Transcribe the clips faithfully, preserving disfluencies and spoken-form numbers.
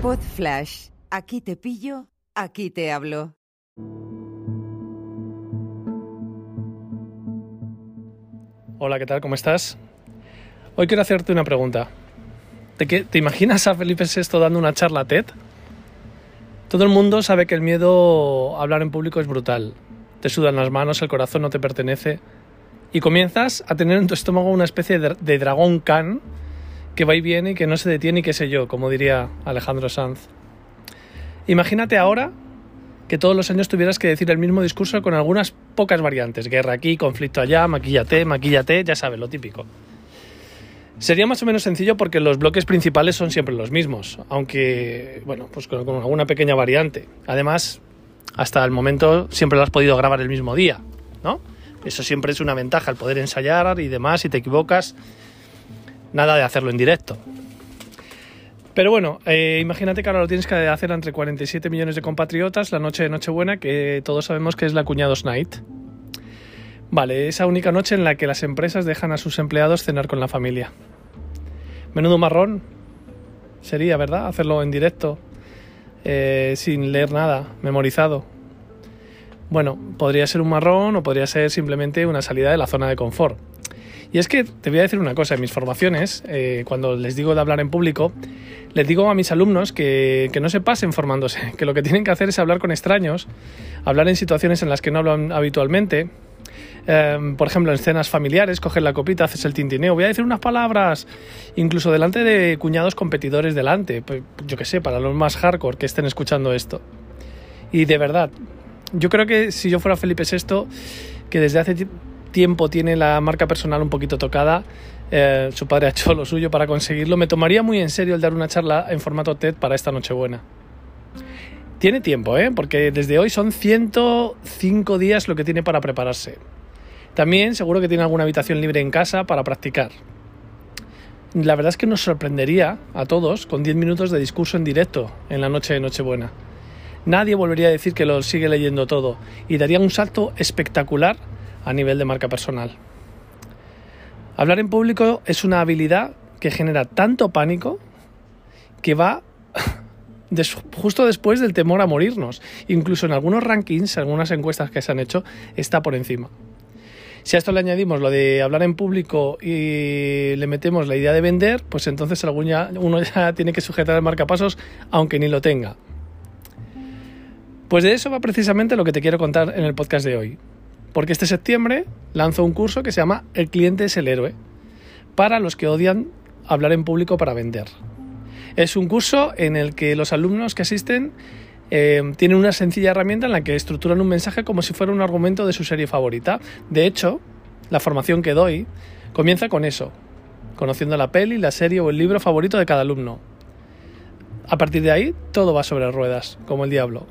Pod Flash. Aquí te pillo, aquí te hablo. Hola, ¿qué tal? ¿Cómo estás? Hoy quiero hacerte una pregunta. ¿Te, qué, ¿Te imaginas a Felipe sexto dando una charla TED? Todo el mundo sabe que el miedo a hablar en público es brutal. Te sudan las manos, el corazón no te pertenece. Y comienzas a tener en tu estómago una especie de, de dragón Khan que va y viene y que no se detiene y qué sé yo, como diría Alejandro Sanz. Imagínate ahora que todos los años tuvieras que decir el mismo discurso con algunas pocas variantes. Guerra aquí, conflicto allá, maquíllate, maquíllate, ya sabes, lo típico. Sería más o menos sencillo porque los bloques principales son siempre los mismos, aunque, bueno, pues con, con alguna pequeña variante. Además, hasta el momento siempre lo has podido grabar el mismo día, ¿no? Eso siempre es una ventaja, el poder ensayar y demás, si te equivocas, nada de hacerlo en directo. Pero bueno, eh, imagínate que ahora lo tienes que hacer entre cuarenta y siete millones de compatriotas la noche de Nochebuena, que todos sabemos que es la Cuñados Night. Vale, esa única noche en la que las empresas dejan a sus empleados cenar con la familia. Menudo marrón sería, ¿verdad? Hacerlo en directo, eh, sin leer nada, memorizado. Bueno, podría ser un marrón o podría ser simplemente una salida de la zona de confort. Y es que te voy a decir una cosa, en mis formaciones, eh, cuando les digo de hablar en público, les digo a mis alumnos que, que no se pasen formándose, que lo que tienen que hacer es hablar con extraños, hablar en situaciones en las que no hablan habitualmente. Eh, por ejemplo, en escenas familiares, coges la copita, haces el tintineo, voy a decir unas palabras, incluso delante de cuñados competidores delante, pues, yo qué sé, para los más hardcore que estén escuchando esto. Y de verdad, yo creo que si yo fuera Felipe sexto, que desde hace tiempo tiene la marca personal un poquito tocada, eh, su padre ha hecho lo suyo para conseguirlo, me tomaría muy en serio el dar una charla en formato TED para esta Nochebuena. Tiene tiempo, ¿eh? Porque desde hoy son ciento cinco días lo que tiene para prepararse. También seguro que tiene alguna habitación libre en casa para practicar. La verdad es que nos sorprendería a todos con diez minutos de discurso en directo en la noche de Nochebuena. Nadie volvería a decir que lo sigue leyendo todo y daría un salto espectacular a nivel de marca personal. Hablar en público es una habilidad que genera tanto pánico que va des- justo después del temor a morirnos. Incluso en algunos rankings, algunas encuestas que se han hecho, está por encima. Si a esto le añadimos lo de hablar en público y le metemos la idea de vender, pues entonces uno ya tiene que sujetar el marcapasos aunque ni lo tenga. Pues de eso va precisamente lo que te quiero contar en el podcast de hoy. Porque este septiembre lanzo un curso que se llama El cliente es el héroe, para los que odian hablar en público para vender. Es un curso en el que los alumnos que asisten eh, tienen una sencilla herramienta en la que estructuran un mensaje como si fuera un argumento de su serie favorita. De hecho, la formación que doy comienza con eso, conociendo la peli, la serie o el libro favorito de cada alumno. A partir de ahí, todo va sobre ruedas, como el diablo.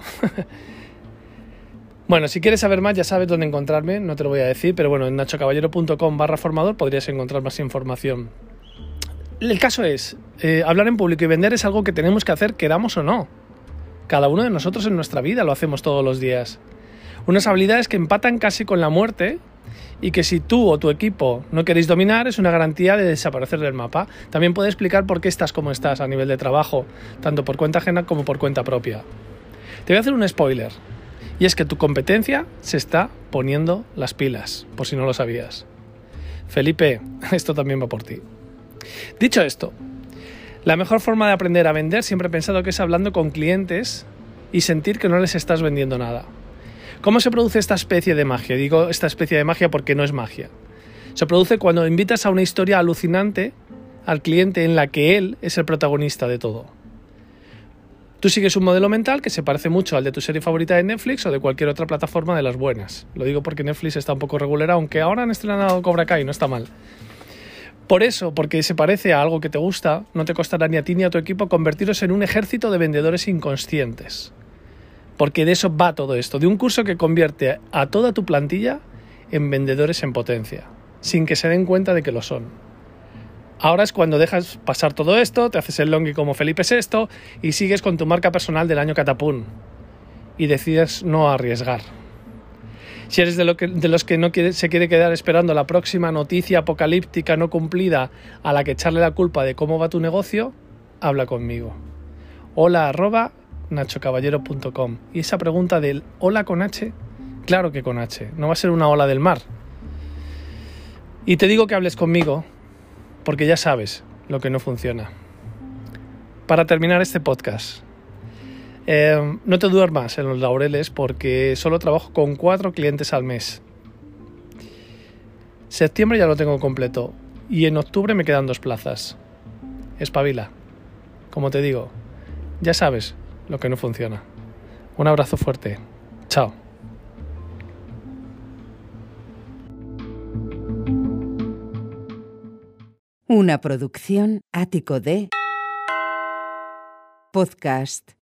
Bueno, si quieres saber más ya sabes dónde encontrarme, no te lo voy a decir, pero bueno, en nachocaballero.com barra formador podrías encontrar más información. El caso es, eh, hablar en público y vender es algo que tenemos que hacer queramos o no. Cada uno de nosotros en nuestra vida lo hacemos todos los días. Unas habilidades que empatan casi con la muerte y que si tú o tu equipo no queréis dominar es una garantía de desaparecer del mapa. También puede explicar por qué estás como estás a nivel de trabajo, tanto por cuenta ajena como por cuenta propia. Te voy a hacer un spoiler. Y es que tu competencia se está poniendo las pilas, por si no lo sabías. Felipe, esto también va por ti. Dicho esto, la mejor forma de aprender a vender siempre he pensado que es hablando con clientes y sentir que no les estás vendiendo nada. ¿Cómo se produce esta especie de magia? Digo esta especie de magia porque no es magia. Se produce cuando invitas a una historia alucinante al cliente en la que él es el protagonista de todo. Tú sigues un modelo mental que se parece mucho al de tu serie favorita de Netflix o de cualquier otra plataforma de las buenas. Lo digo porque Netflix está un poco regular, aunque ahora han estrenado Cobra Kai, no está mal. Por eso, porque se parece a algo que te gusta, no te costará ni a ti ni a tu equipo convertiros en un ejército de vendedores inconscientes. Porque de eso va todo esto, de un curso que convierte a toda tu plantilla en vendedores en potencia, sin que se den cuenta de que lo son. Ahora es cuando dejas pasar todo esto, te haces el longi como Felipe sexto y sigues con tu marca personal del año catapún y decides no arriesgar. Si eres de, lo que, de los que no quiere, se quiere quedar esperando la próxima noticia apocalíptica no cumplida a la que echarle la culpa de cómo va tu negocio, habla conmigo. hola arroba nachocaballero punto com. Y esa pregunta del hola con H, claro que con H, no va a ser una ola del mar. Y te digo que hables conmigo porque ya sabes lo que no funciona. Para terminar este podcast, eh, no te duermas en los laureles porque solo trabajo con cuatro clientes al mes. Septiembre ya lo tengo completo y en octubre me quedan dos plazas. Espabila. Como te digo, ya sabes lo que no funciona. Un abrazo fuerte. Chao. Una producción Ático de Podcast.